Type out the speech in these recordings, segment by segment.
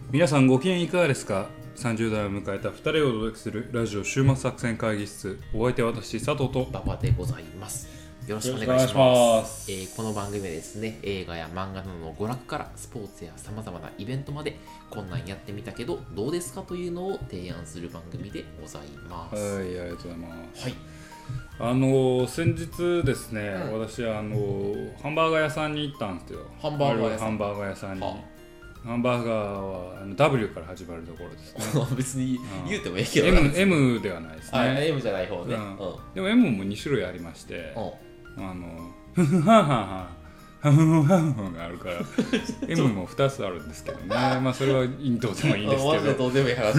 皆さんご機嫌いかがですか。30代を迎えた2人をお届けするラジオ週末作戦会議室。お相手は私佐藤と馬場でございます。よろしくお願いします。この番組はですね、映画や漫画などの娯楽からスポーツやさまざまなイベントまでこんなんやってみたけどどうですかというのを提案する番組でございます。 はい、ありがとうございます。 はい。 先日ですね、私ハンバーガー屋さんに行ったんですよ。 ハンバーガー屋さん。 ハンバーガー屋さんに。ハンバーガーはW から始まるところですね。 別に言うてもいいけど、 M ではないですね。 M じゃない方ね。 でも M も2種類ありまして、フフハンハンハンハンハンハンがあるから M も2つあるんですけどね。まあそれはどうでもいいんですけど。 マジでどうでもいい話。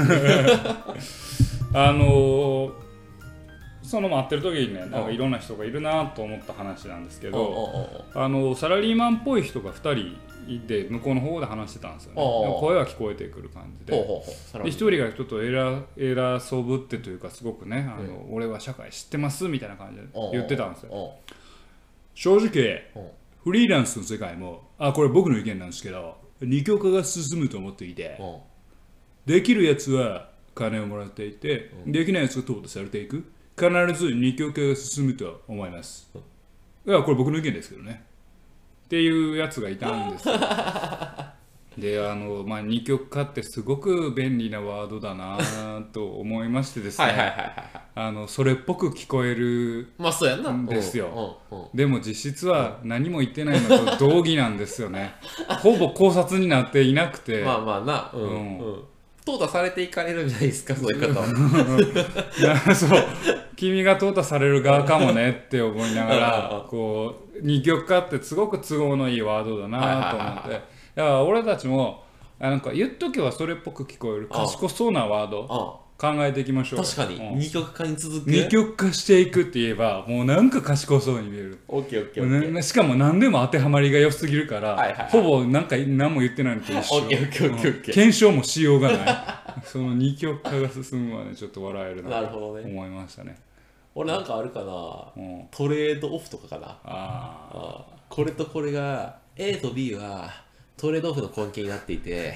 その待ってる時にね、なんかいろんな人がいるなと思った話なんですけど、サラリーマンっぽい人が2人いて向こうの方で話してたんですよね。声は聞こえてくる感じで、1人がちょっと偉そうぶってというかすごくね、俺は社会知ってますみたいな感じで言ってたんですよ。正直フリーランスの世界もこれ僕の意見なんですけど二極化が進むと思っていて、できるやつは金をもらっていて、できないやつが淘汰されていく。必ず二極化が進むと思います。いやこれ僕の意見ですけどねっていうやつがいたんですよ。で二極化ってすごく便利なワードだなと思いましてですね、それっぽく聞こえるんですよ。でも実質は何も言ってないのと同義なんですよね。ほぼ考察になっていなくて、 まあまあな、淘汰されていかれるんじゃないですか、そういう方は。 そう君が淘汰される側かもねって思いながらこう二極化ってすごく都合のいいワードだなと思って、だから俺たちもなんか言っとけばそれっぽく聞こえる賢そうなワード考えていきましょう。 確かに二極化に続く。 二極化していくって言えばもうなんか賢そうに見える。しかも何でも当てはまりが良すぎるから、ほぼなんか何も言ってないのと一緒。検証もしようがない。その二極化が進むまでちょっと笑えるなと思いましたね。 俺なんかあるかな、トレードオフとかかな。これとこれが A と B はトレードオフの根拠になっていて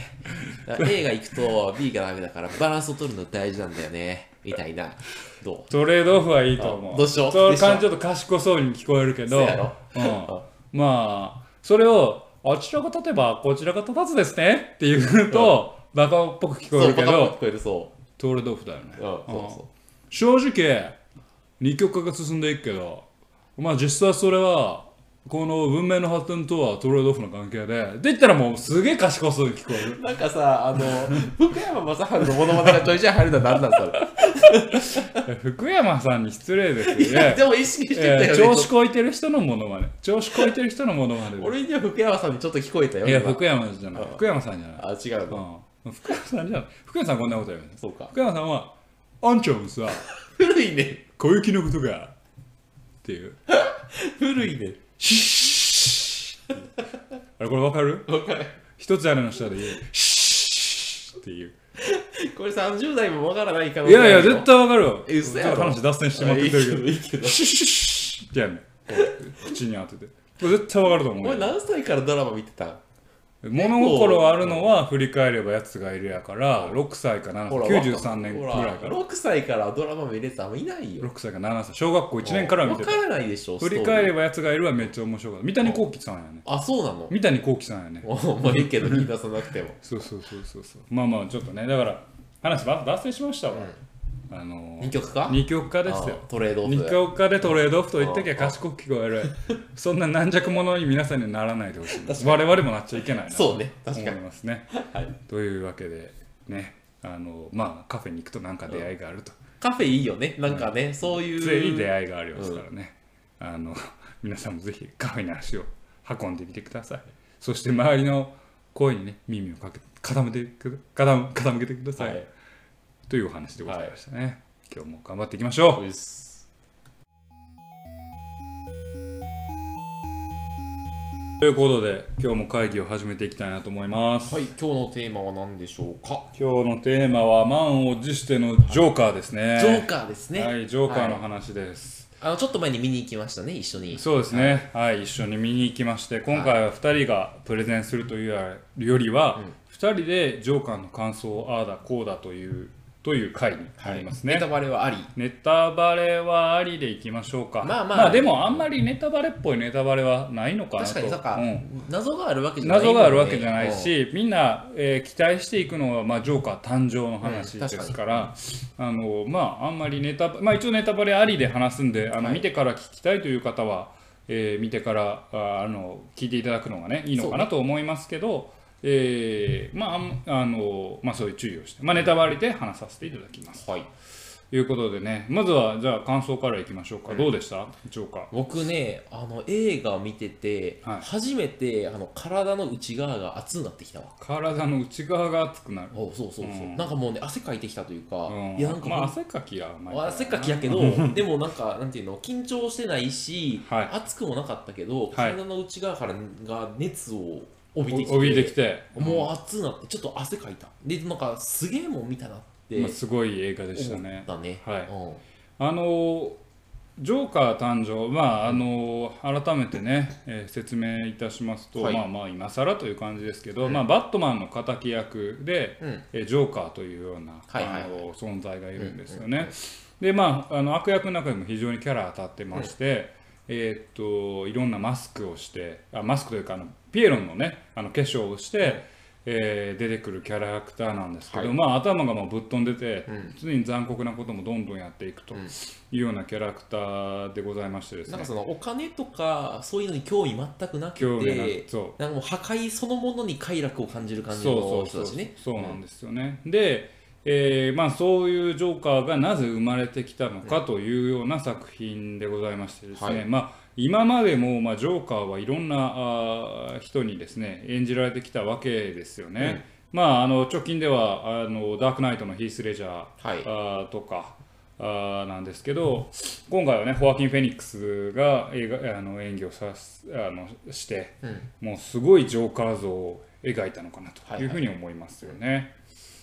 A が行くと B がダメだからバランスを取るの大事なんだよねみたいな。どう？ トレードオフはいいと思う。 どうしよう。 その感じちょっと賢そうに聞こえるけど、まあそれをあちらが立てばこちらが立たずですねっていうとバカっぽく聞こえるけど、トレードオフだよね。正直二極化が進んでいくけど、まあ実際それはこの文明の発展とはトレードオフの関係で言ったらもうすげえ賢そうに聞こえる。 なんかさ、福山雅治のモノマネがちょいちょい入るのは何なんそれ。福山さんに失礼ですよね。 いやでも意識してたよね。 調子こいてる人のモノマネ。調子こいてる人のモノマネ。 俺には福山さんにちょっと聞こえたよ。 いや福山じゃない。福山さんじゃない。 違うの。 福山さんじゃない。福山さんこんなこと言うね。 そうか。 福山さんはあんちゃんもさ古いね。 小雪のことがっていう。 古いね。 あれこれ分かる？ 分かる。 一つ屋根の下で言うシーっていう。 これ30代も分からないかも。 いやいや絶対分かるよ。 嘘やろ。 話脱線してまくってるけど。 いいけど。 シーってやんねん。口に当てて。これ絶対分かると思う。 俺何歳からドラマ見てた？ 物心あるのは振り返ればやつがいるやから6歳か7歳93年ぐらいから 6歳からドラマ見れてたらいないよ。 6歳か7歳小学校1年から見てた。 分からないでしょ。 振り返ればやつがいるはめっちゃ面白かった。三谷幸喜さんやね。 あ、そうなの？ 三谷幸喜さんやね。 もういいけど言い出さなくても。 そうまあまあちょっとね、だから話脱線しましたわ。 二極化？ 二極化ですよ。 トレードオフ。 二極化でトレードオフと言ってきゃ賢く聞こえる。そんな軟弱者に皆さんにはならないでほしい。我々もなっちゃいけないなと思いますね。というわけでね、まあカフェに行くとなんか出会いがあると。 カフェいいよね。なんかね、そういう常に出会いがありますからね。皆さんもぜひカフェに足を運んでみてください。そして周りの声にね耳を傾けてください。というお話でございましたね。今日も頑張っていきましょう。ということで今日も会議を始めていきたいなと思います。 はい、今日のテーマは何でしょうか？ 今日のテーマは満を持してのジョーカーですね。 ジョーカーですね。 はい、ジョーカーの話です。 ちょっと前に見に行きましたね、一緒に。 そうですね。はい、一緒に見に行きまして、今回は2人がプレゼンするというよりは、2 人でジョーカーの感想をああだこうだという回になりますね、 ネタバレはあり。 ネタバレはありでいきましょうか。 まあでもあんまりネタバレっぽいネタバレはないのかなと。 確かに謎があるわけじゃない謎があるわけじゃないし、みんな、期待していくのは、ジョーカー誕生の話ですから、あんまり一応ネタバレありで話すんで、見てから聞きたいという方は、見てから聞いていただくのがねいいのかなと思いますけど、そういう注意をして、ネタバレで話させていただきます。 はい。 ということでね、まずはじゃあ感想からいきましょうか。どうでしたジョーカー。 僕ね、映画を見てて、初めて体の内側が熱くなってきたわ。 体の内側が熱くなる。 そう、なんかもうね、汗かいてきたというか、 いやなんか汗かきやけどでもなんていうの、緊張してないし、熱くもなかったけど、体の内側からが熱を帯びてきて、もう熱くなってちょっと汗かいた。でなんかすげえもん見たなって、 すごい映画でしたね。 はいジョーカー誕生、改めてね、説明いたしますと、今更という感じですけど、バットマンの敵役で、ジョーカーというような存在がいるんですよね。で悪役の中でも非常にキャラ当たってまして、いろんなマスクをしてマスクというかピエロンのね化粧をして、出てくるキャラクターなんですけど、頭がぶっ飛んでて、常に残酷なこともどんどんやっていくというようなキャラクターでございましてですね、 なんかそのお金とかそういうのに興味全くなくて、なんかもう破壊そのものに快楽を感じる感じの人だしね。 そうなんですよね。でそういうジョーカーがなぜ生まれてきたのかというような作品でございましてですね、今までもジョーカーはいろんな人にですね演じられてきたわけですよね。直近ではダークナイトのヒース・レジャー、とかなんですけど、今回はねホアキン・フェニックスが演技をして、もうすごいジョーカー像を描いたのかなというふうに思いますよね。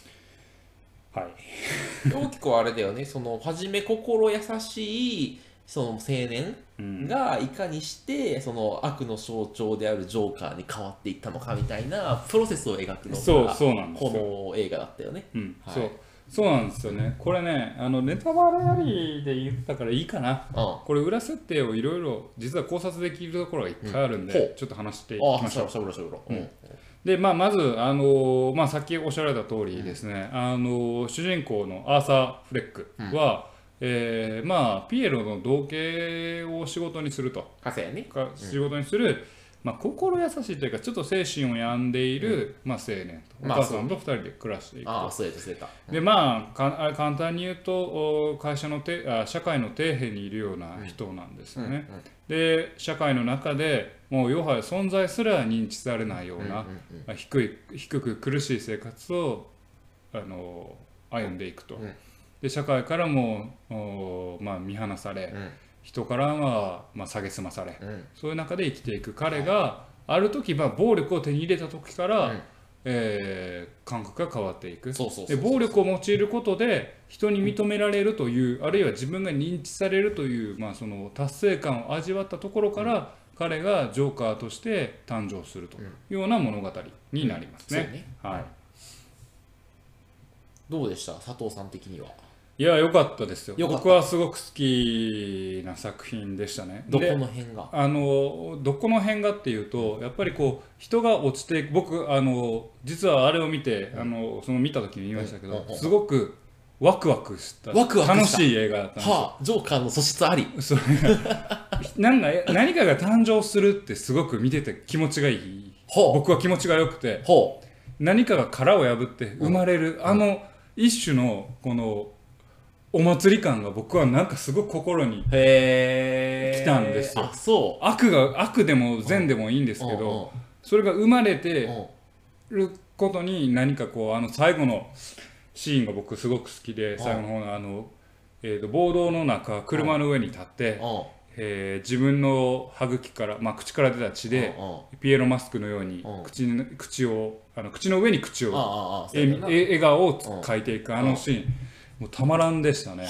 大きくあれだよね、その初め心優しいその青年がいかにしてその悪の象徴であるジョーカーに変わっていったのかみたいなプロセスを描くのがこの映画だったよね。 そうなんですよね。これねネタバレありで言ったからいいかな。これ裏設定をいろいろ実は考察できるところがいっぱいあるんで、ちょっと話していきましょう。でまずさっきおっしゃられた通りですね、主人公のアーサー・フレックは、ピエロの同型を仕事にすると、仕事にする、心優しいというかちょっと精神を病んでいる、青年とお母さんと2人で暮らしていくと。で簡単に言うと社会の底辺にいるような人なんですよね。で社会の中でもう要は存在すら認知されないような低く苦しい生活を歩んでいくと。で社会からも見放され、人からは蔑まされ、そういう中で生きていく彼がある時暴力を手に入れた時から、感覚が変わっていく。で暴力を用いることで人に認められるという、あるいは自分が認知されるという、その達成感を味わったところから、彼がジョーカーとして誕生するというような物語になりますね。 どうでした佐藤さん的には。 いや良かったですよ。僕はすごく好きな作品でしたね。 どこの辺がどこの辺がっていうと、やっぱりこう人が落ちていく、僕実はあれを見てその見た時に言いましたけど、すごくワクワクした楽しい映画だったんですよ。 ジョーカーの素質あり。 何かが誕生するってすごく見てて気持ちがいい。僕は気持ちが良くて、何かが殻を破って生まれる、一種のこのお祭り感が僕はなんかすごく心に来たんですよ。悪でも善でもいいんですけど、それが生まれてることに何かこう最後のシーンが僕すごく好きで、最後の方の暴動の中車の上に立って、自分の歯茎から、口から出た血でピエロマスクのように口の上に口を笑顔を描いていくシーン、もうたまらんでしたね。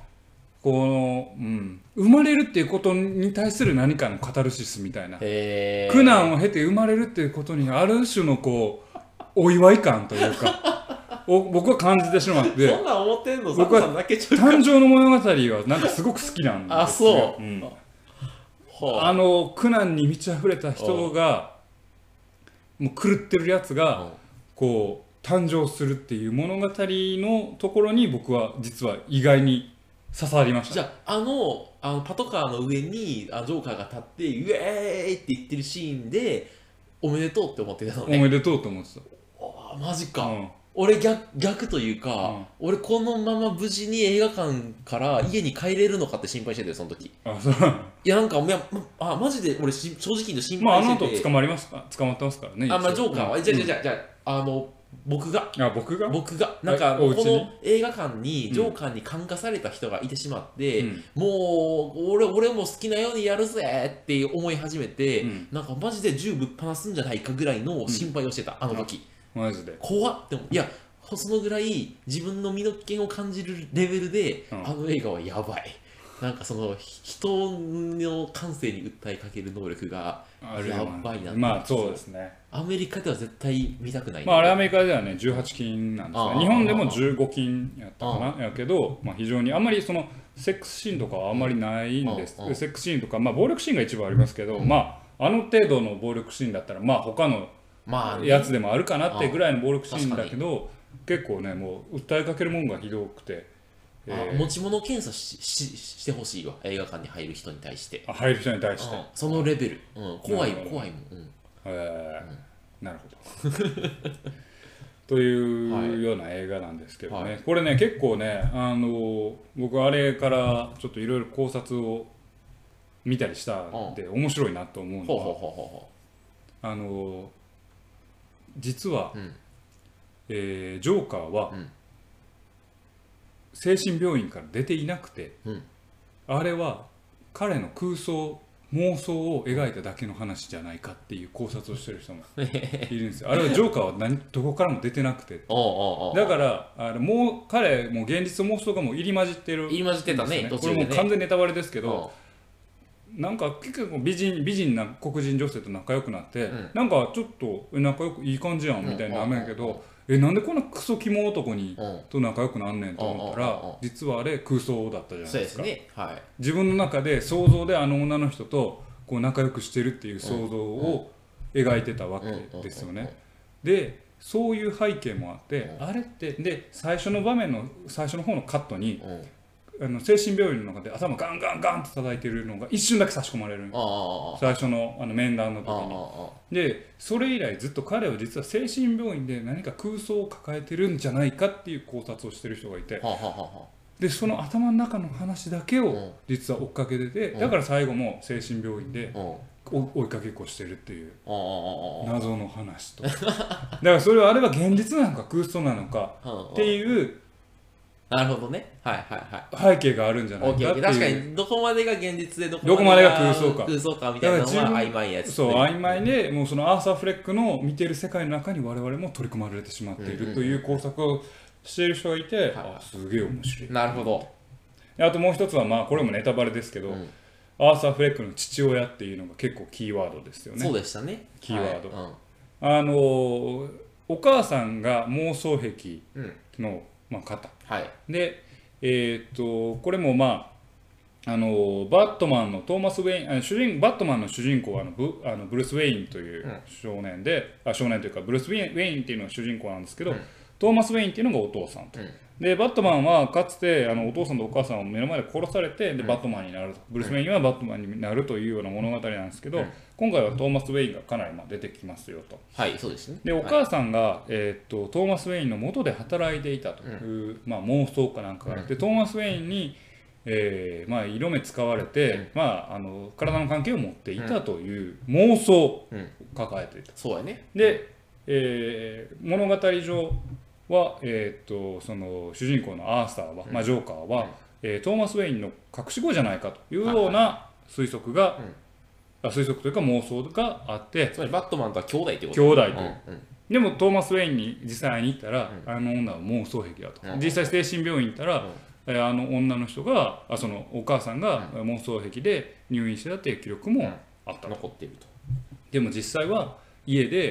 生まれるっていうことに対する何かのカタルシスみたいな、苦難を経て生まれるっていうことにある種のこうお祝い感というか僕は感じてしまってそんなん思ってんの？ 僕は誕生の物語はなんかすごく好きなんですよ。 あ、そう、 苦難に満ち溢れた人がもう狂ってるやつがこう誕生するっていう物語のところに僕は実は意外に刺さりました。 じゃあパトカーの上にジョーカーが立ってウェーイって言ってるシーンでおめでとうって思ってたのね。 おめでとうと思ってた。 あ、マジか、俺逆というか、俺このまま無事に映画館から家に帰れるのかって心配してたよ、その時。 あ、そう。 いや、なんかマジで俺正直の心配してて、 あの後捕まってますからね。 ジョーカーは、じゃあ僕がなんかこの映画館にジョーカーに感化された人がいてしまって、もう俺も好きなようにやるぜって思い始めて、なんかマジで銃ぶっ放すんじゃないかぐらいの心配をしてた、あの時。 マジで怖っっていや、そのぐらい自分の身の危険を感じるレベルで、あの映画はやばい。なんかその人の感性に訴えかける能力がやばいなって。 まあそうですね。 アメリカでは絶対見たくない。 まああれアメリカではね18禁なんですが、日本でも15禁やったかなやけど、まあ非常にあんまりそのセックスシーンとかはあんまりないんです。セックスシーンとかまあ暴力シーンが一番ありますけど、まああの程度の暴力シーンだったらまあ他のやつでもあるかなってぐらいの暴力シーンだけど、結構ねもう訴えかけるもんがひどくて。 持ち物検査してほしいわ、映画館に入る人に対して。 入る人に対してそのレベル、怖いもん。 なるほどというような映画なんですけどね、これね結構ね僕あれからちょっといろいろ考察を見たりしたんで面白いなと思うのは、実は、ジョーカーは、精神病院から出ていなくて、あれは彼の空想妄想を描いただけの話じゃないかっていう考察をしてる人もいるんですよ。あれはジョーカーはどこからも出てなくてだからもう彼も現実妄想がもう入り混じってるんですよね。 入り混じってたね、 これもう完全ネタバレですけど、なんか結構美人な黒人女性と仲良くなって、なんかちょっと仲良くいい感じやんみたいなのやけど、なんでこんなクソキモ男にと仲良くなんねんと思ったら、実はあれ空想だったじゃないですか。自分の中で想像であの女の人とこう仲良くしてるっていう想像を描いてたわけですよね。でそういう背景もあって、あれってで最初の場面の最初の方のカットに精神病院の中で頭ガンガンガンって叩いてるのが一瞬だけ差し込まれる、最初の面談の時に。でそれ以来ずっと彼は実は精神病院で何か空想を抱えてるんじゃないかっていう考察をしてる人がいて、でその頭の中の話だけを実は追っかけてて、だから最後も精神病院で追いかけっこしてるっていう謎の話とだからそれはあれは現実なのか空想なのかっていうなるほどね。 背景があるんじゃないかっていう。 確かにどこまでが現実でどこまでが空想かみたいなのは曖昧やつ。 そう曖昧で、もうそのアーサー・フレックの見てる世界の中に我々も取り込まれてしまっているという工作をしている人がいて、すげえ面白い。 なるほど。 あともう一つはまあこれもネタバレですけど、アーサー・フレックの父親っていうのが結構キーワードですよね。 そうでしたね。 キーワード。お母さんが妄想癖の方で。これもまあバットマンのトーマス・ウェインバットマンの主人公はブルース・ウェインという少年で、少年というかブルース・ウェインっていうのが主人公なんですけど、トーマス・ウェインっていうのがお父さんと。でバットマンはかつてお父さんとお母さんを目の前で殺されて、でバットマンになると、ブルース・ウェインはバットマンになるというような物語なんですけど、今回はトーマス・ウェインがかなり出てきますよと。 はいそうですね。 でお母さんが、トーマス・ウェインの元で働いていたという、妄想かなんかがあって、トーマス・ウェインに色目使われて、体の関係を持っていたという妄想を抱えていた。 そうやね。 で、物語上は、その主人公のアーサーは、ジョーカーは、トーマス・ウェインの隠し子じゃないかというような推測が、推測というか妄想があって、 つまりバットマンとは兄弟ってこと。 兄弟という。でもトーマス・ウェインに実際に行ったら、あの女は妄想癖だと。実際精神病院に行ったら、あの女の人がそのお母さんが妄想癖で入院してたっていう記録もあった、 残っていると。 でも実際は家で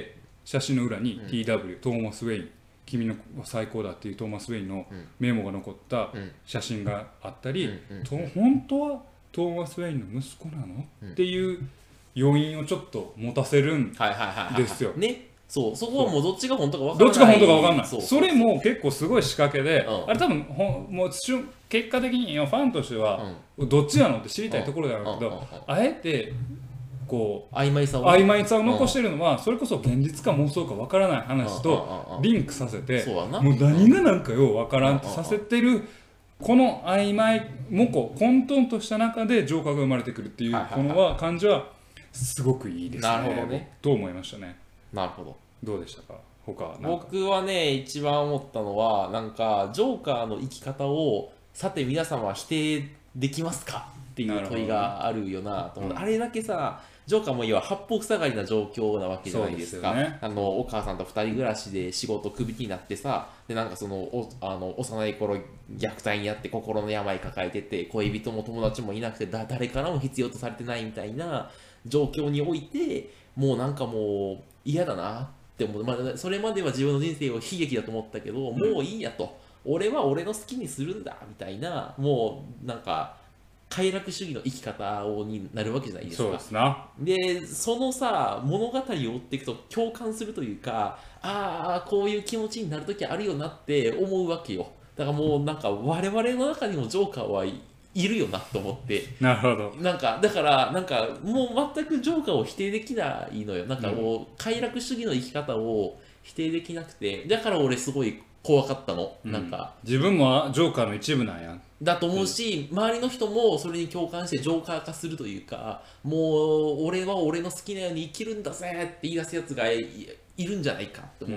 写真の裏に TW、トーマス・ウェイン、君のは最高だっていうトーマス・ウェインのメモが残った写真があったり、本当はトーマス・ウェインの息子なの、っていう余韻をちょっと持たせるんですよ。 そこはもうどっちが本当か分からない。どっちが本当か分かんない。それも結構すごい仕掛けで、あれ多分もう結果的にファンとしてはどっちなのって知りたいところだろうけど、あえてこう曖昧さを残してるのは、それこそ現実か妄想か分からない話とリンクさせて、もう何が何かよう分からんってさせてる、この曖昧もこ混沌とした中でジョーカーが生まれてくるっていうこの感じはすごくいいですね。 なるほどね。 と思いましたね。 なるほど。 どうでしたか？ 僕はね、一番思ったのは、なんかジョーカーの生き方をさて皆様は否定できますかっていう問いがあるよなと思って、あれだけさ、ジョーカーもいわ八方塞がりな状況なわけじゃないですか。お母さんと2人暮らしで仕事クビになってさ、でなんかその幼い頃虐待にあって心の病抱えてて、恋人も友達もいなくて誰からも必要とされてないみたいな状況において、もうなんかもう嫌だなって思う。それまでは自分の人生を悲劇だと思ったけど、もういいやと、俺は俺の好きにするんだみたいな、もうなんか快楽主義の生き方になるわけじゃないですか。 そうですな。 でそのさ物語を追っていくと共感するというか、ああこういう気持ちになる時あるよなって思うわけよ。だからもうなんか我々の中にもジョーカーはいるよなと思って。 なるほど。 なんかだからなんかもう全くジョーカーを否定できないのよ。なんかもう快楽主義の生き方を否定できなくて、だから俺すごい怖かったの。なんか自分もジョーカーの一部なんやだと思うし、周りの人もそれに共感してジョーカー化するというか、もう俺は俺の好きなように生きるんだぜって言い出すやつが いるんじゃないかと思って、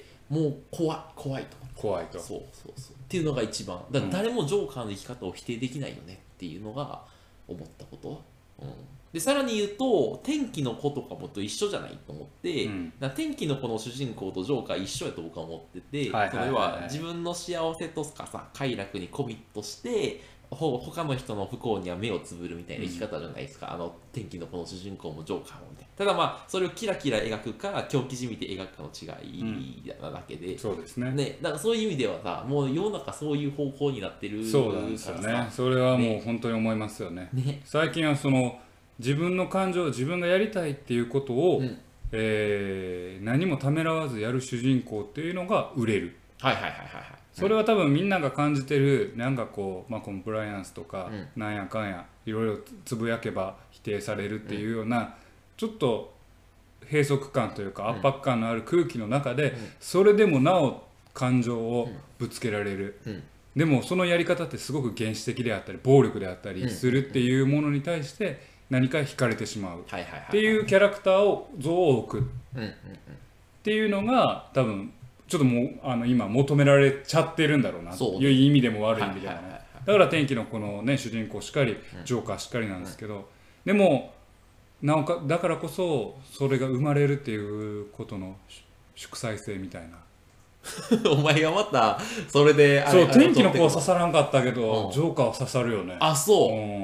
もう怖いと。そうっていうのが一番だから誰もジョーカーの生き方を否定できないよねっていうのが思ったこと。でさらに言うと天気の子とかもと一緒じゃないと思って、天気の子の主人公とジョーカー一緒やと僕は思ってて、それは自分の幸せとかさ快楽にコミットして他の人の不幸には目をつぶるみたいな生き方じゃないですか、天気の子の主人公もジョーカーもみたいな。ただまあそれをキラキラ描くか狂気じみて描くかの違いなだけで、 そうですね。 だからそういう意味ではさ、もう世の中そういう方向になってるからさ。 そうなんですよね。それはもう本当に思いますよね。最近はその自分の感情、自分がやりたいっていうことを、何もためらわずやる主人公っていうのが売れる。それは多分みんなが感じてるなんかこう、コンプライアンスとか、なんやかんやいろいろつぶやけば否定されるっていうような、ちょっと閉塞感というか圧迫感のある空気の中で、それでもなお感情をぶつけられる。でもそのやり方ってすごく原始的であったり暴力であったりするっていうものに対して何か惹かれてしまうっていうキャラクターを像を置くっていうのが多分ちょっともう今求められちゃってるんだろうなという意味でも悪い意味でもね。だから天気のこのね主人公しかりジョーカーしかりなんですけど、でもだからこそそれが生まれるっていうことの祝祭性みたいなお前がまたそれでそう天気の子は刺さらんかったけど、ジョーカーは刺さるよね。 あ、そう、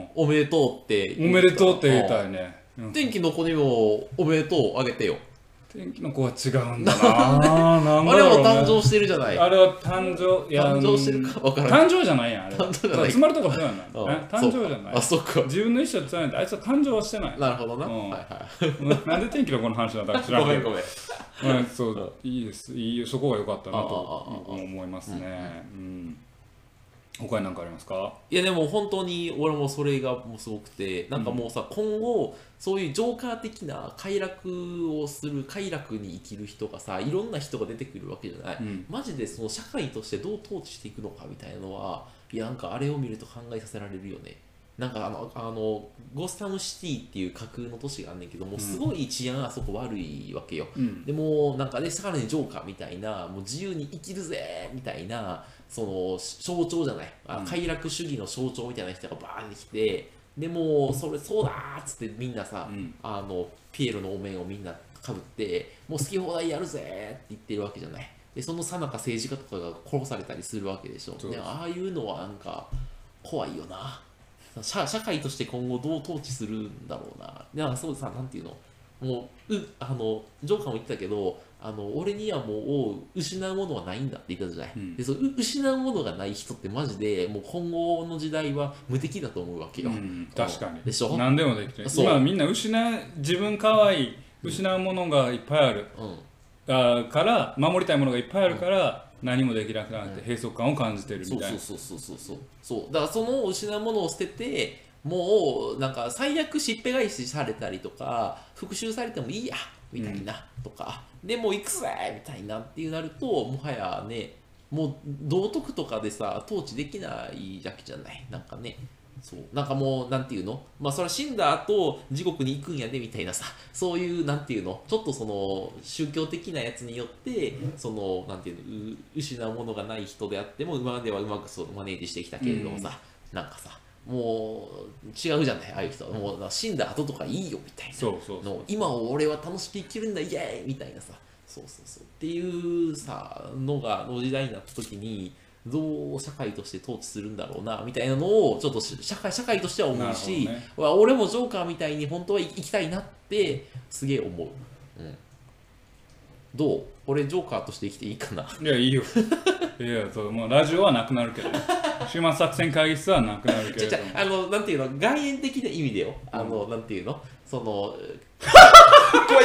おめでとうっておめでとうって言いたいね。 天気の子にもおめでとうあげてよ。 天気の子は違うんだな。 あれは誕生してるじゃない。 あれは誕生してるか分からない。 誕生じゃないやん。あれ誕生じゃない。つまるとこそうやんな。誕生じゃない。 あ、そっか。 自分の意思を伝えないとあいつは誕生はしてない。 なるほどな。 なんで天気の子の話なんだか知らんけど。 ごめん。 そういいです。そこが良かったなと思いますね。他に何かありますか？ いやでも本当に俺もそれがもうすごくて、なんかもうさ、今後そういうジョーカー的な快楽をする快楽に生きる人がさ、いろんな人が出てくるわけじゃない、マジでその社会としてどう統治していくのかみたいなのは、いやなんかあれを見ると考えさせられるよね。なんかゴスタムシティっていう架空の都市があんねんけども、すごい治安あそこ悪いわけよ、でもなんかね、さらにジョーカーみたいなもう自由に生きるぜみたいな、その象徴じゃない、快楽主義の象徴みたいな人がバーンってきて、でもそうだーっつってみんなさ、ピエロのお面をみんなかぶってもう好き放題やるぜって言ってるわけじゃない。でそのさなか政治家とかが殺されたりするわけでしょ。でああいうのはなんか怖いよな。社会として今後どう統治するんだろうな。なんかそうさ、なんていうの、 もうジョーカーも言ってたけど、俺にはもう失うものはないんだって言ったじゃない、でその失うものがない人ってマジでもう今後の時代は無敵だと思うわけよ、 確かにでしょ。 何でもできる。今みんな自分可愛い失うものがいっぱいある、から守りたいものがいっぱいあるから、何もできなくなって閉塞感を感じてるみたいな。 そうだからその失うものを捨てて、もうなんか最悪しっぺ返しされたりとか復讐されてもいいやみたいな、とかでもう行くぜみたいなっていうなると、もはやねもう道徳とかでさ統治できないだけじゃない、なんかね。そうなんかもうなんていうの、まあそれは死んだ後地獄に行くんやでみたいなさ、そういうなんていうのちょっとその宗教的なやつによってそのなんていうの失うものがない人であっても今まではうまくそうマネージしてきたけれどもさ、なんかさもう違うじゃない、ああいう人はもう死んだ後とかいいよみたいなの、今を俺は楽しく生きるんだイエーイみたいなさ、そうっていうさの時代になった時にどう社会として統治するんだろうなみたいなのをちょっと社会としては思うし、俺もジョーカーみたいに本当は生きたいなってすげえ思う、どう俺ジョーカーとして生きていいかな。 いやいいよいやそうもうラジオはなくなるけど終末作戦会議室はなくなるけどなんていうの外縁的な意味でよ、なんていうのその怖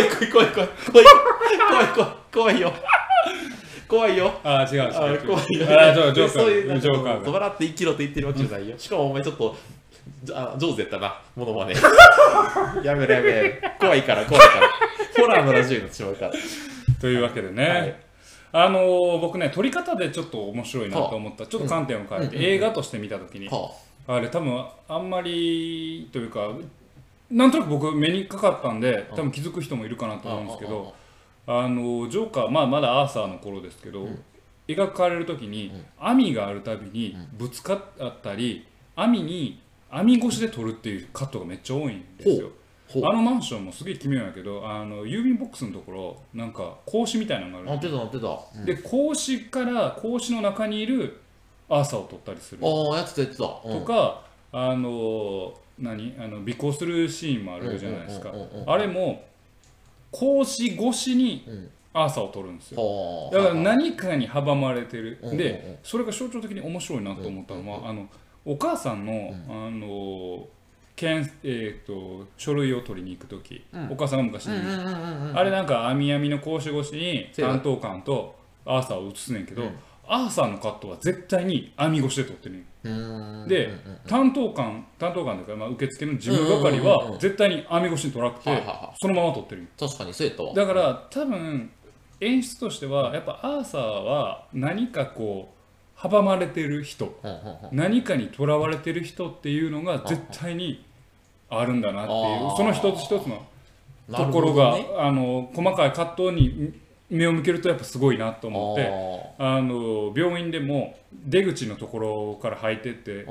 いよ怖いよ。 ああ、違う。 怖いよ。 ジョーカー。 笑って生きろって言ってるわけじゃないよ。しかもお前ちょっと上手やったな、モノマネ。やめろ。怖いから。ホラーのラジオになってしまうから。 というわけでね、僕ね、撮り方でちょっと面白いなと思った。ちょっと観点を変えて、映画として見たときに、あれ多分あんまりというか、なんとなく僕目にかかったんで、多分気づく人もいるかなと思うんですけど、ジョーカー、まだアーサーの頃ですけど、描かれる時に網があるたびにぶつかったり、網越しで撮るっていうカットがめっちゃ多いんですよ。マンションもすげえ奇妙やけど、郵便ボックスのところなんか格子みたいなのがある。 なってた。 で格子の中にいるアーサーを撮ったりする。 やってた。 とか尾行するシーンもあるじゃないですか。あれも格子越しにアーサーを撮るんですよ。だから何かに阻まれてる。でそれが象徴的に面白いなと思ったのは、お母さんの書類を取りに行く時、お母さんが昔にあれなんか網の格子越しに担当官とアーサーを写すねんけど、アーサーのカットは絶対に網越しで撮ってるんで、担当官というか、受付の事務係は絶対に網越しに撮らなくてそのまま撮ってる。 確かにそうやったわ。 だから多分演出としてはやっぱアーサーは何かこう阻まれてる人、何かにとらわれてる人っていうのが絶対にあるんだなっていう、その一つ一つのところが、細かい葛藤に目を向けるとやっぱすごいなと思って、病院でも出口のところから入ってって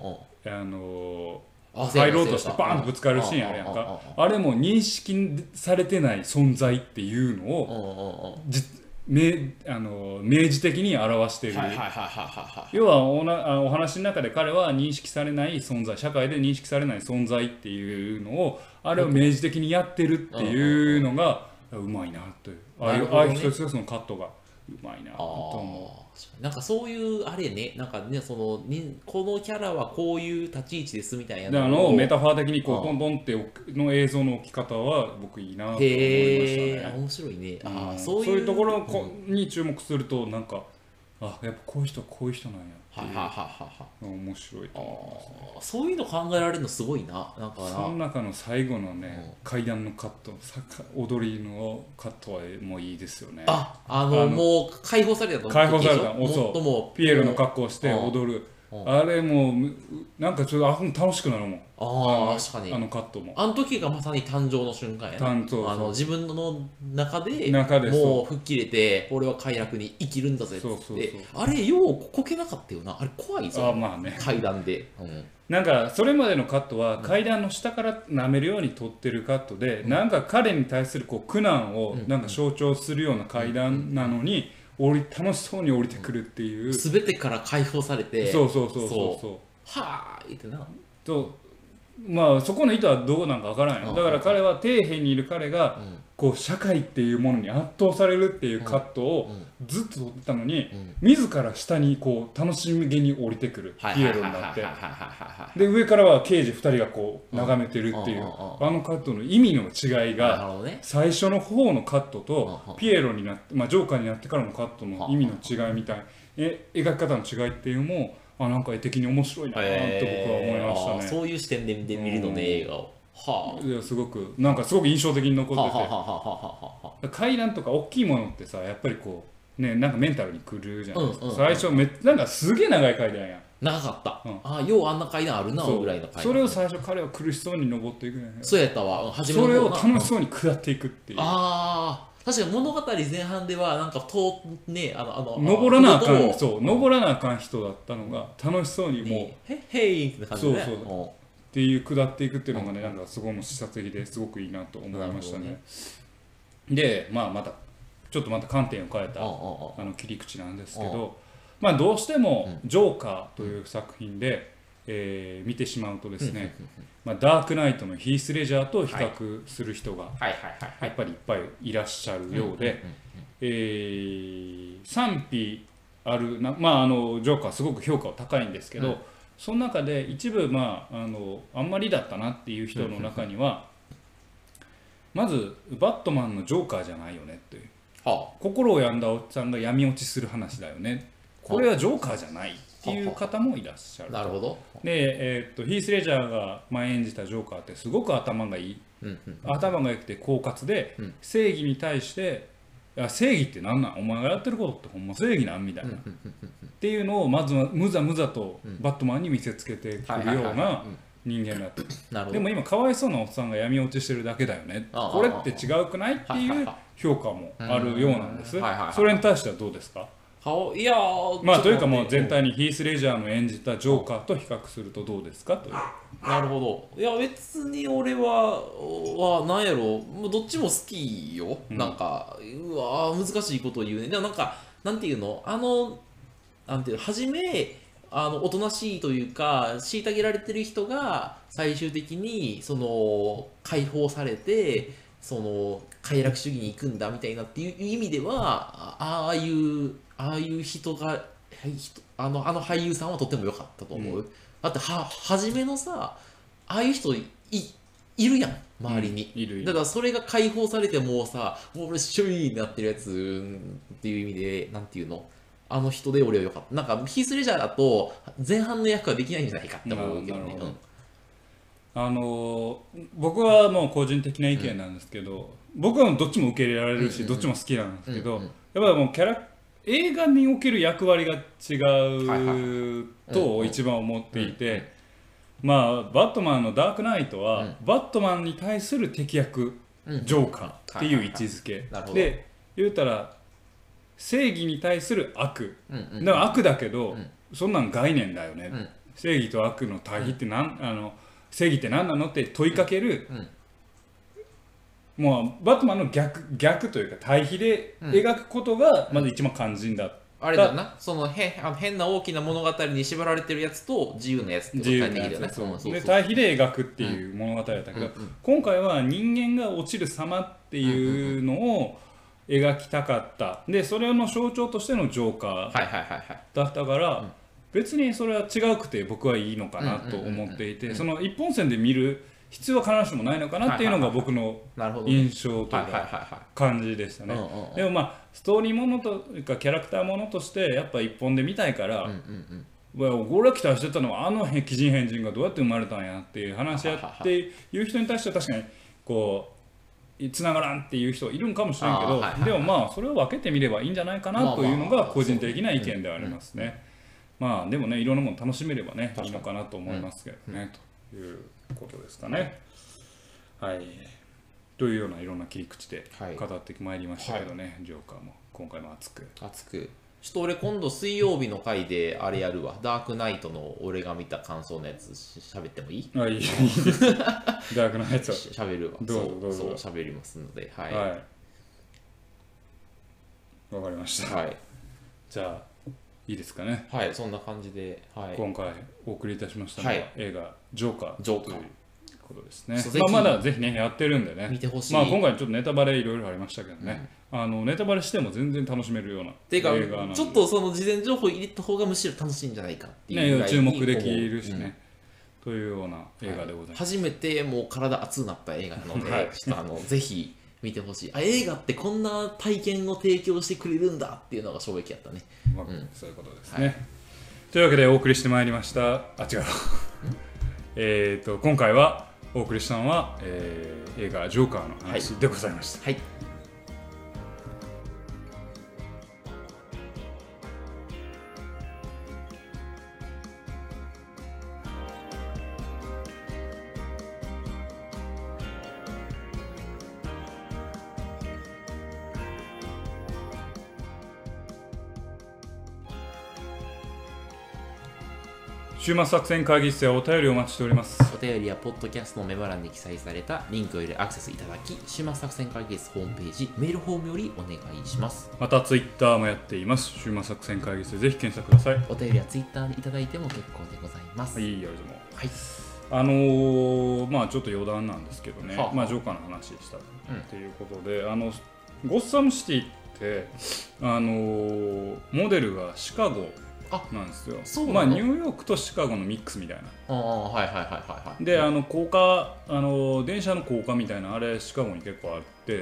入ろうとしてバーンとぶつかるシーンあるやんか。あれも認識されてない存在っていうのを明示的に表している。要はお話の中で彼は認識されない存在、社会で認識されない存在っていうのをあれを明示的にやってるっていうのがうまいなという、ああいう一つ一つのカットがうまいなと思う。 なんかそういうあれね、なんかね、このキャラはこういう立ち位置ですみたいなのをメタファー的にこうトントンっての映像の置き方は僕いいなと思いましたね。 面白いね。 そういうところに注目するとなんかやっぱこういう人はこういう人なんやっていう面白いと思いますね。 そういうの考えられるのすごいな。なんかその中の最後のね、階段のカット、踊りのカットはもういいですよね。 もう解放されたと。 解放された。ピエロの格好をして踊る。あれもなんかちょっと楽しくなるもん。 確かにカットもあの時がまさに誕生の瞬間やな。自分の中でもう吹っ切れて俺は快楽に生きるんだぜってあれようこけなかったよな。あれ怖いぞ。階段でなんかそれまでのカットは階段の下から舐めるように撮ってるカットで、なんか彼に対するこう苦難をなんか象徴するような階段なのに楽しそうに降りてくるっていう、 全てから解放されて、 そうはーいってな。 まあそこの意図はどうなんかわからない。だから彼は底辺にいる彼がこう社会っていうものに圧倒されるっていうカットをずっと撮ってたのに、自ら下にこう楽しげに降りてくるピエロになって、で上からは刑事2人がこう眺めてるっていうあのカットの意味の違いが最初の方のカットとピエロになって、まあジョーカーになってからのカットの意味の違いみたい、描き方の違いっていうのもなんか絵的に面白いなって僕は思いましたね。 そういう視点で見てみるのね、映画を。 いやすごくなんかすごく印象的に残ってて、階段とか大きいものってさやっぱりこうねなんかメンタルにくるじゃないですか。最初なんかすげえ長い階段やん。 長かった。ようあんな階段あるなぐらいの階段。 それを最初彼は苦しそうに登っていくね。 そうやったわ。 初めのそれを楽しそうに下っていくっていう。 確かに物語前半ではなんか登らなあかん登らなあかん人だったのが楽しそうにもうへいって感じでっていう下っていくっていうのがねなんかすごい視察的ですごくいいなと思いましたね。でまたちょっとまた観点を変えた切り口なんですけど、まあどうしてもジョーカーという作品で見てしまうとですね、ダークナイトのヒース・レジャーと比較する人がやっぱりいっぱいいらっしゃるようで、賛否あるジョーカーすごく評価は高いんですけど、その中で一部あんまりだったなっていう人の中には、まずバットマンのジョーカーじゃないよねっていう、心を病んだおっさんが闇落ちする話だよね、これはジョーカーじゃないっていう方もいらっしゃる。 なるほど。 で、ヒース・レジャーが前演じたジョーカーってすごく頭がいい、頭が良くて狡猾で、正義に対して正義って何なん、お前がやってることってほんま正義なんみたいなっていうのをまずはむざむざとバットマンに見せつけてくるような人間だった。でも今かわいそうなおっさんが闇落ちしてるだけだよね、これって違うくないっていう評価もあるようなんです。それに対してはどうですか。 いやというかもう全体にヒース・レジャーの演じたジョーカーと比較するとどうですかという。 なるほど。いや別に俺はなんやろ、どっちも好きよ。なんか難しいことを言うね。でもなんかなんていうのなんていうの、初めおとなしいというか虐げられてる人が最終的に解放されて快楽主義に行くんだみたいなっていう意味ではああいう人が俳優さんはとっても良かったと思う。だって初めのさああいう人いるやん周りに、いるだからそれが解放されてもうさ俺シュイーになってるやつっていう意味でなんていうのあの人で俺は良かった。なんかヒース・レジャーだと前半の役はできないんじゃないかって思うけどね。 僕はもう個人的な意見なんですけど、僕はどっちも受け入れられるし、どっちも好きなんですけど、やっぱりもう映画における役割が違うと一番思っていて、バットマンのダークナイトは、バットマンに対する敵役、ジョーカーっていう位置づけで言うたら正義に対する悪、だから悪だけど、そんなん概念だよね、正義と悪の対比って正義って何なのって問いかける、もうバットマンの逆というか対比で描くことがまず一番肝心だ。 あれだな、変な大きな物語に縛られてるやつと自由なやつって自由なやつで対比で描くっていう物語だったけど、今回は人間が落ちる様っていうのを描きたかった。でそれの象徴としてのジョーカーだったから、別にそれは違うくて僕はいいのかなと思っていて、その一本線で見る必要は必ずしもないのかなっていうのが僕の印象というか感じでしたね。でもストーリーものというかキャラクターものとしてやっぱ一本で見たいから、俺が期待してたのは奇人変人がどうやって生まれたんやっていう話やっていう人に対しては確かにこうつながらんっていう人いるんかもしれんけど、でもそれを分けてみればいいんじゃないかなというのが個人的な意見ではありますね。でもねいろんなもの楽しめればねいいのかなと思いますけどね、ということですかね。というようないろんな切り口で語ってまいりましたけどね、ジョーカーも今回も熱くちょっと俺今度水曜日の回であれやるわ、ダークナイトの俺が見た感想のやつ喋ってもいい？ いいですダークナイト喋るわ。 どうぞ喋りますので、 わかりました。じゃあいいですかね。 そんな感じで、 今回お送りいたしましたのは、映画ジョーカーということですね。まだぜひねやってるんでね見てほしい。 今回ちょっとネタバレいろいろありましたけどね、ネタバレしても全然楽しめるような映画なんで、ちょっとその事前情報入れた方がむしろ楽しいんじゃないかっていうぐらい注目できるしね、というような映画でございます。 初めてもう体熱くなった映画なので、ちょっとぜひ見てほしい。映画ってこんな体験を提供してくれるんだっていうのが衝撃やったね。 そういうことですね。というわけでお送りしてまいりました。違う。今回はお送りしたのは、映画ジョーカーの話でございました。週末作戦会議室でお便りをお待ちしております。 お便りはポッドキャストのメモ欄に記載されたリンクよりアクセスいただき、週末作戦会議室ホームページメールフォームよりお願いします。 またツイッターもやっています。週末作戦会議室でぜひ検索ください。 お便りはツイッターでいただいても結構でございます。 はい、よろしく。ちょっと余談なんですけどね、ジョーカーの話したっていうことで、ゴッサムシティってモデルがシカゴなんですよ。ニューヨークとシカゴのミックスみたいな。で高架電車の高架みたいなあれシカゴに結構あって、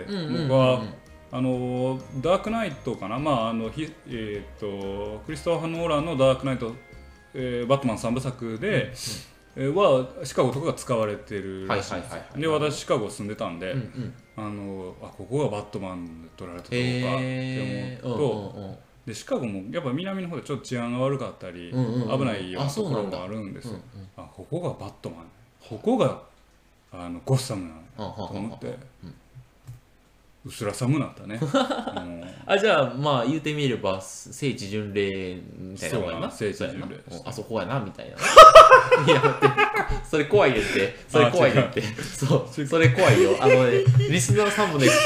僕はダークナイトかな、クリストファー・ノーランのダークナイト、バットマン3部作で、はシカゴとかが使われてるらしいです。で私シカゴ住んでたんで、ここがバットマンで撮られたとこかって思うと、でシカゴもやっぱ南の方でちょっと治安が悪かったり、危ないようなところがあるんですよ。ここがバットマン、ここがゴッサムなのと思って、うすら寒なったね。 じゃあ言うてみれば聖地巡礼みたいなのがな。 聖地巡礼あそこやなみたいな。いや待って、それ怖いねって、それ怖いねって、それ怖いよ。リスナーさんもね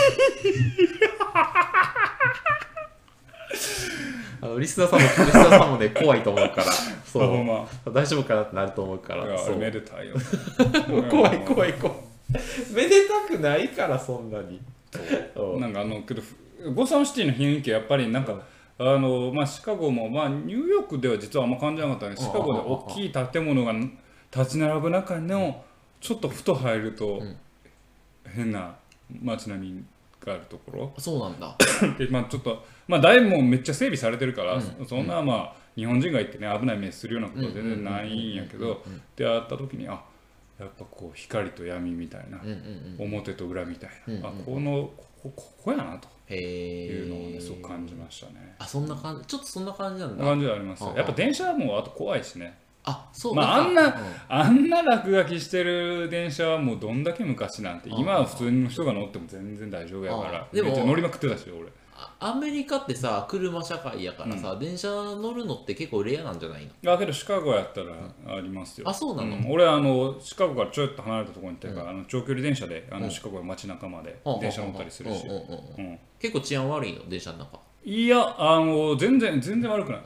リスナーさんもね怖いと思うから、大丈夫かなってなると思うから。 めでたいよ。 怖い。めでたくないからそんなに。 なんかけどゴッサムシティの雰囲気やっぱりなんかシカゴもニューヨークでは実はあんま感じなかったね。シカゴで大きい建物が立ち並ぶ中のちょっとふと入ると変な街並みがあるところ。 そうなんだ。 でちょっとだいぶもうめっちゃ整備されてるから、そんな日本人が行ってね危ない目するようなことは全然ないんやけど、出会った時にやっぱこう光と闇みたいな、表と裏みたいな、ここやなというのをねすごく感じましたね。 そんな感じ、ちょっとそんな感じなんだ。 感じはあります。やっぱ電車はもうあと怖いしね。 そうあんな落書きしてる電車はもうどんだけ昔なんて、今は普通の人が乗っても全然大丈夫やから、めっちゃ乗りまくってたし俺。 アメリカってさ車社会やからさ、電車乗るのって結構レアなんじゃないの？ けどシカゴやったらありますよ。 そうなの？ 俺シカゴからちょっと離れたところに行ってから、長距離電車でシカゴの街中まで電車乗ったりするし。 結構治安悪いの電車の中？ いや全然悪くない。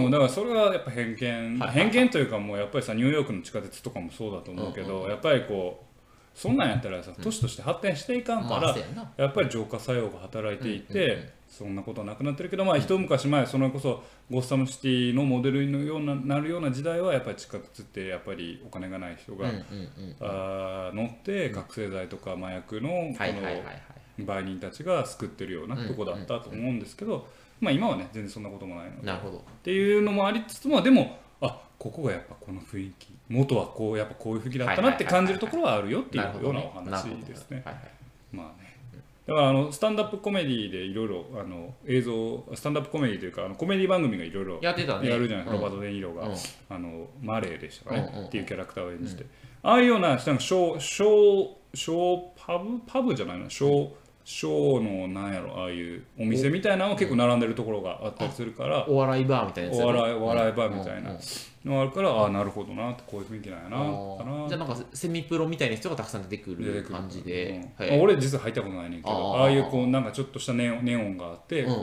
だからそれはやっぱ偏見というか、もうやっぱりさニューヨークの地下鉄とかもそうだと思うけど、やっぱりこうそんなんやったらさ都市として発展していかんから、やっぱり浄化作用が働いていて、そんなことはなくなってるけど、一昔前それこそゴッサムシティのモデルのようななるような時代はやっぱり地下鉄ってやっぱりお金がない人が乗って覚醒剤とか麻薬の売人たちが救ってるようなとこだったと思うんですけど、今はね全然そんなこともないのでっていうのもありつつも、でもここがやっぱこの雰囲気、元はこうやっぱこういう雰囲気だったなって感じるところはあるよっていうようなお話ですね。だからスタンダップコメディでいろいろ映像スタンダップコメディというかコメディ番組がいろいろやるじゃないですか。ロバート・デ・ニーロがマレーでしたかねっていうキャラクターを演じて、ああいうようななんかショーパブじゃないの、ショーのなんやろ、ああいうお店みたいなのも結構並んでるところがあったりするから、 お笑いバーみたいなやつ、 お笑いバーみたいなのがあるから、なるほどなってこういう雰囲気なんやなかな。 じゃあなんかセミプロみたいな人がたくさん出てくる感じで、 俺実は入ったことないねんけど、ああいうこうなんかちょっとしたネオンがあっていう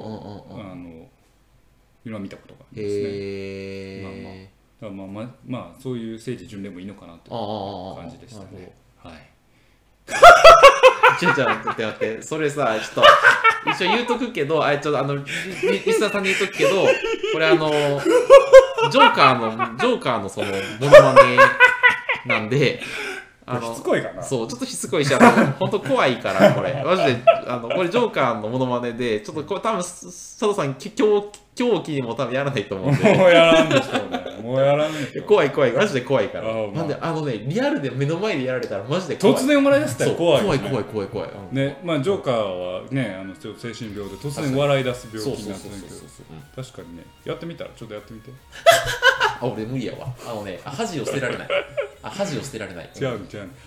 のは見たことがありますね。そういう聖地巡礼もいいのかなという感じでしたね。 じゃ待ってそれさちょっと一応言うとくけどリスナーさんに言うとくけどこれジョーカーのそのモノマネなんでしつこいかな。 そうちょっとしつこいし本当怖いからこれマジでこれジョーカーのモノマネでちょっとこれ多分佐藤さん今日にも多分やらないと思うんでもうやらんでしょうね。もうやらんでしょ。 怖いマジで怖いから。なんでリアルで目の前でやられたらマジで怖い。 突然笑い出したら怖い。 怖い。 ね、まあジョーカーはねちょっと精神病で突然笑い出す病気になってるけど、確かにねやってみたらちょっとやってみて。 俺無理やわ。恥を捨てられない。恥を捨てられない。 違う。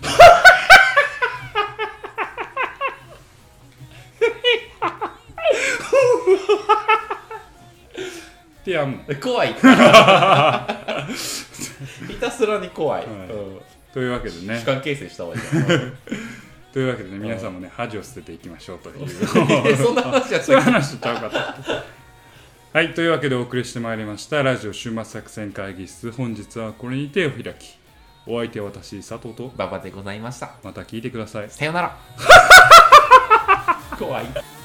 ってやんの怖いひたすらに怖い、 というわけでね主観形成した方がいいというわけでね皆さんもね恥を捨てていきましょうというそんな話やったそういう話ちゃうかったはいというわけでお送りしてまいりましたラジオ週末作戦会議室本日はこれに手を開きお相手は私佐藤と馬場でございましたまた聞いてくださいさよなら怖い